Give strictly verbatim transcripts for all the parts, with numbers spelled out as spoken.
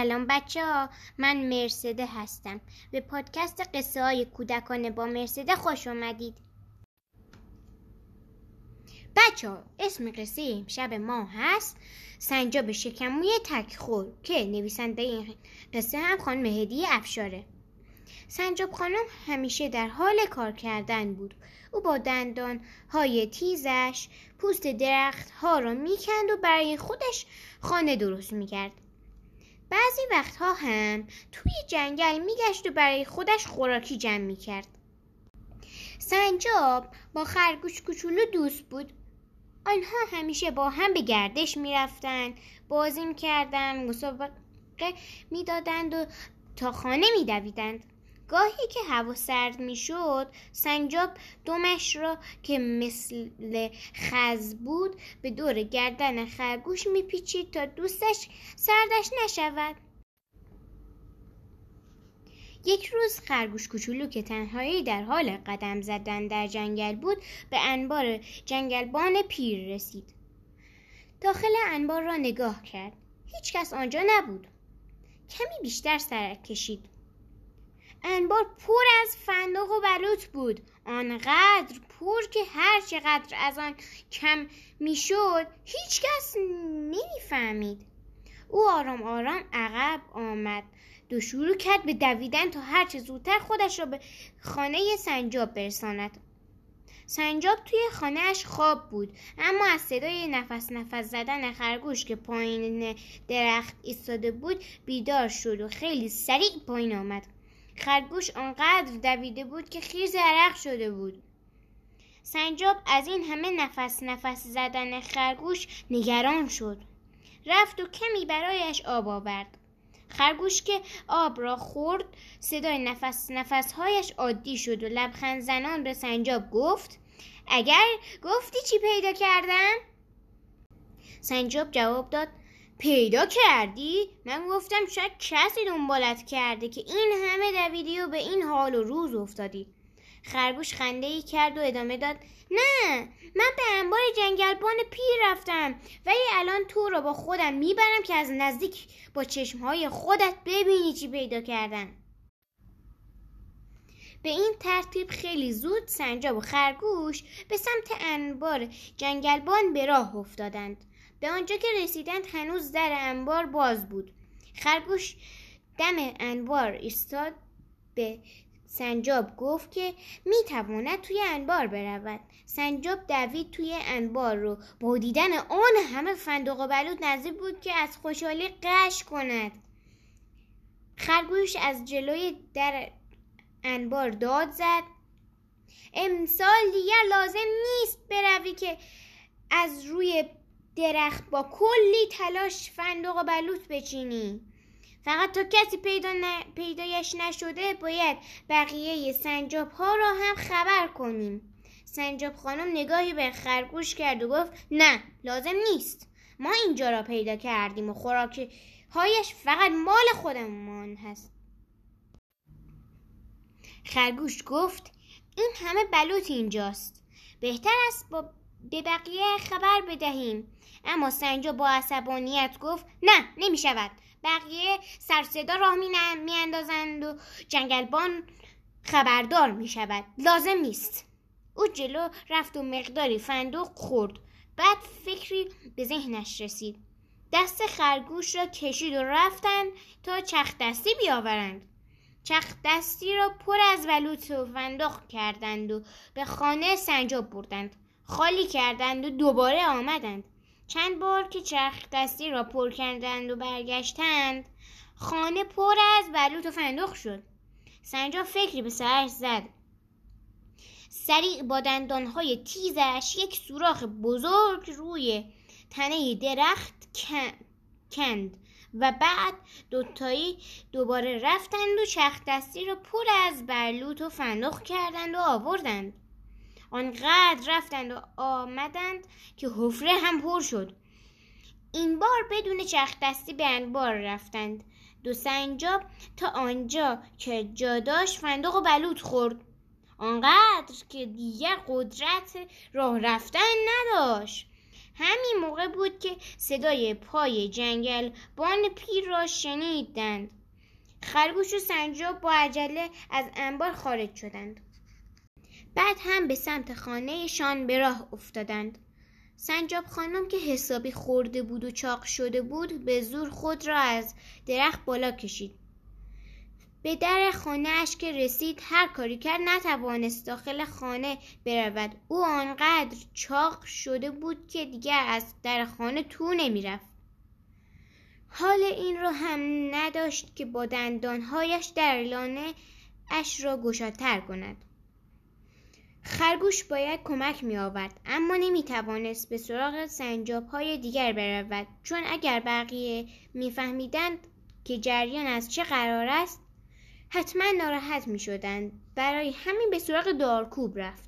سلام بچه ها، من مرسده هستم. به پادکست قصه های کودکانه با مرسده خوش اومدید. بچه ها، اسم قصه امشب ما هست سنجاب شکموی تکخور که نویسنده این قصه هم خانم هدیه افشاره. سنجاب خانم همیشه در حال کار کردن بود. او با دندان های تیزش پوست درخت ها را میکند و برای خودش خانه درست میکرد. بعضی وقتها هم توی جنگل میگشت و برای خودش خوراکی جمع میکرد. سنجاب با خرگوش کوچولو دوست بود. آنها همیشه با هم به گردش میرفتند، بازی میکردند، مسابقه میدادند و تا خانه میدویدند. گاهی که هوا سرد میشد، سنجاب دمش را که مثل خز بود به دور گردن خرگوش میپیچید تا دوستش سردش نشود. یک روز خرگوش کوچولو که تنهایی در حال قدم زدن در جنگل بود، به انبار جنگلبان پیر رسید. داخل انبار را نگاه کرد. هیچ کس آنجا نبود. کمی بیشتر سرک کشید. انبار پر از فندق و بلوط بود، آنقدر پر که هر چقدر از آن کم میشد هیچ کس نمیفهمید. او آرام آرام عقب آمد و شروع کرد به دویدن تا هر چه زودتر خودش را به خانه سنجاب برساند. سنجاب توی خانه‌اش خواب بود، اما از صدای نفس نفس زدن خرگوش که پایین درخت ایستاده بود بیدار شد و خیلی سریع پایین آمد. خرگوش آنقدر دویده بود که خیز عرق شده بود. سنجاب از این همه نفس نفس زدن خرگوش نگران شد. رفت و کمی برایش آب آورد. خرگوش که آب را خورد صدای نفس نفسهایش عادی شد و لبخند زنان به سنجاب گفت: اگر گفتی چی پیدا کردم؟ سنجاب جواب داد: پیدا کردی؟ من گفتم شاید کسی دنبالت کرده که این همه دویدی و به این حال و روز افتادی. خرگوش خنده‌ای کرد و ادامه داد: نه، من به انبار جنگلبان پیر رفتم ولی الان تو را با خودم میبرم که از نزدیک با چشمهای خودت ببینی چی پیدا کردم. به این ترتیب خیلی زود سنجاب و خرگوش به سمت انبار جنگلبان به راه افتادند. به آنجا که رسیدند هنوز در انبار باز بود. خرگوش دم انبار ایستاد، به سنجاب گفت که میتواند توی انبار برود. سنجاب دوید توی انبار رو. با دیدن آن همه فندق و بلوط نزدیک بود که از خوشحالی غش کند. خرگوش از جلوی در انبار داد زد: امسال دیگر لازم نیست بروی که از روی درخت با کلی تلاش فندق و بلوط بچینی. فقط تا کسی پیدا ن... پیدایش نشده باید بقیه سنجاب ها را هم خبر کنیم. سنجاب خانم نگاهی به خرگوش کرد و گفت: نه، لازم نیست. ما اینجا را پیدا کردیم و خوراکی هایش فقط مال خودمان هست. خرگوش گفت: این همه بلوط اینجاست، بهتر است با به بقیه خبر بدهیم. اما سنجاب با عصبانیت گفت: نه، نمی شود. بقیه سر صدا راه می اندازند و جنگلبان خبردار می شود. لازم نیست. او جلو رفت و مقداری فندق خورد. بعد فکری به ذهنش رسید. دست خرگوش را کشید و رفتند تا چرخ دستی بیاورند. چرخ دستی را پر از بلوط و فندق کردند و به خانه سنجاب بردند. خالی کردند و دوباره آمدند. چند بار که چرخ دستی را پر کردند و برگشتند، خانه پر از بلوط و فندق شد. سنجاب فکری به سرش زد. سریع با دندانهای تیزش یک سوراخ بزرگ روی تنه درخت کند و بعد دوتایی دوباره رفتند و چرخ دستی را پر از بلوط و فندق کردند و آوردند. آنقدر رفتند و آمدند که حفره هم پر شد. این بار بدون چرخ دستی به انبار رفتند. دو سنجاب تا آنجا که جا داشت فندق و بلوط خورد، آنقدر که دیگر قدرت راه رفتن نداشت. همین موقع بود که صدای پای جنگل بان پیر را شنیدند. خرگوش و سنجاب با عجله از انبار خارج شدند. بعد هم به سمت خانه شان به راه افتادند. سنجاب خانم که حسابی خورده بود و چاق شده بود به زور خود را از درخت بالا کشید. به در خانه اش که رسید هر کاری کرد نتوانست داخل خانه برود. او آنقدر چاق شده بود که دیگر از در خانه تو نمی رفت. حال این را هم نداشت که با دندانهایش در لانه اش را گشادتر کند. خرگوش باید کمک می آورد اما نمی توانست به سراغ سنجاب های دیگر برود، چون اگر بقیه می فهمیدند که جریان از چه قرار است حتما ناراحت می شدند. برای همین به سراغ دارکوب رفت.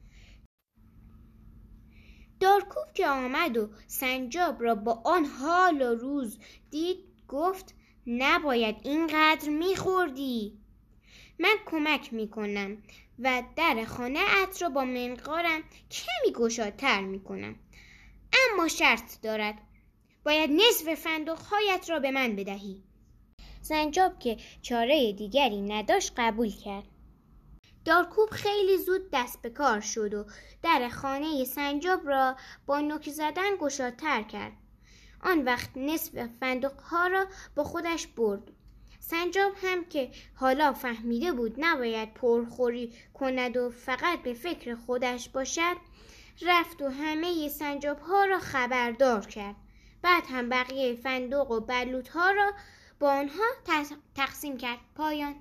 دارکوب که آمد و سنجاب را با آن حال و روز دید گفت نباید اینقدر می خوردی. من کمک می کنم و در خانه ات را با منقارم کمی گشادتر می کنم. اما شرط دارد. باید نصف فندق‌هایت را به من بدهی. سنجاب که چاره دیگری نداشت قبول کرد. دارکوب خیلی زود دست به کار شد و در خانه سنجاب را با نوک زدن گشادتر کرد. آن وقت نصف فندق‌ها را با خودش برد. سنجاب هم که حالا فهمیده بود نباید پرخوری کند و فقط به فکر خودش باشد، رفت و همه سنجاب‌ها را خبردار کرد. بعد هم بقیه فندق و بلوط‌ها را با آنها تقسیم کرد. پایان.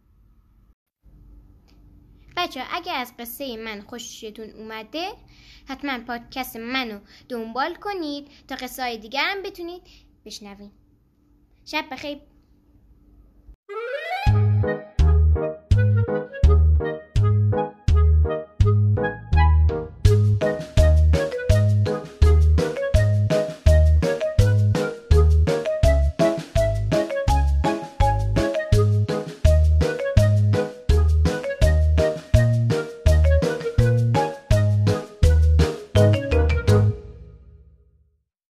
بچه اگه از قصه من خوشتون اومده حتما پادکست منو دنبال کنید تا قصه های دیگر هم بتونید بشنوید. شب بخیر.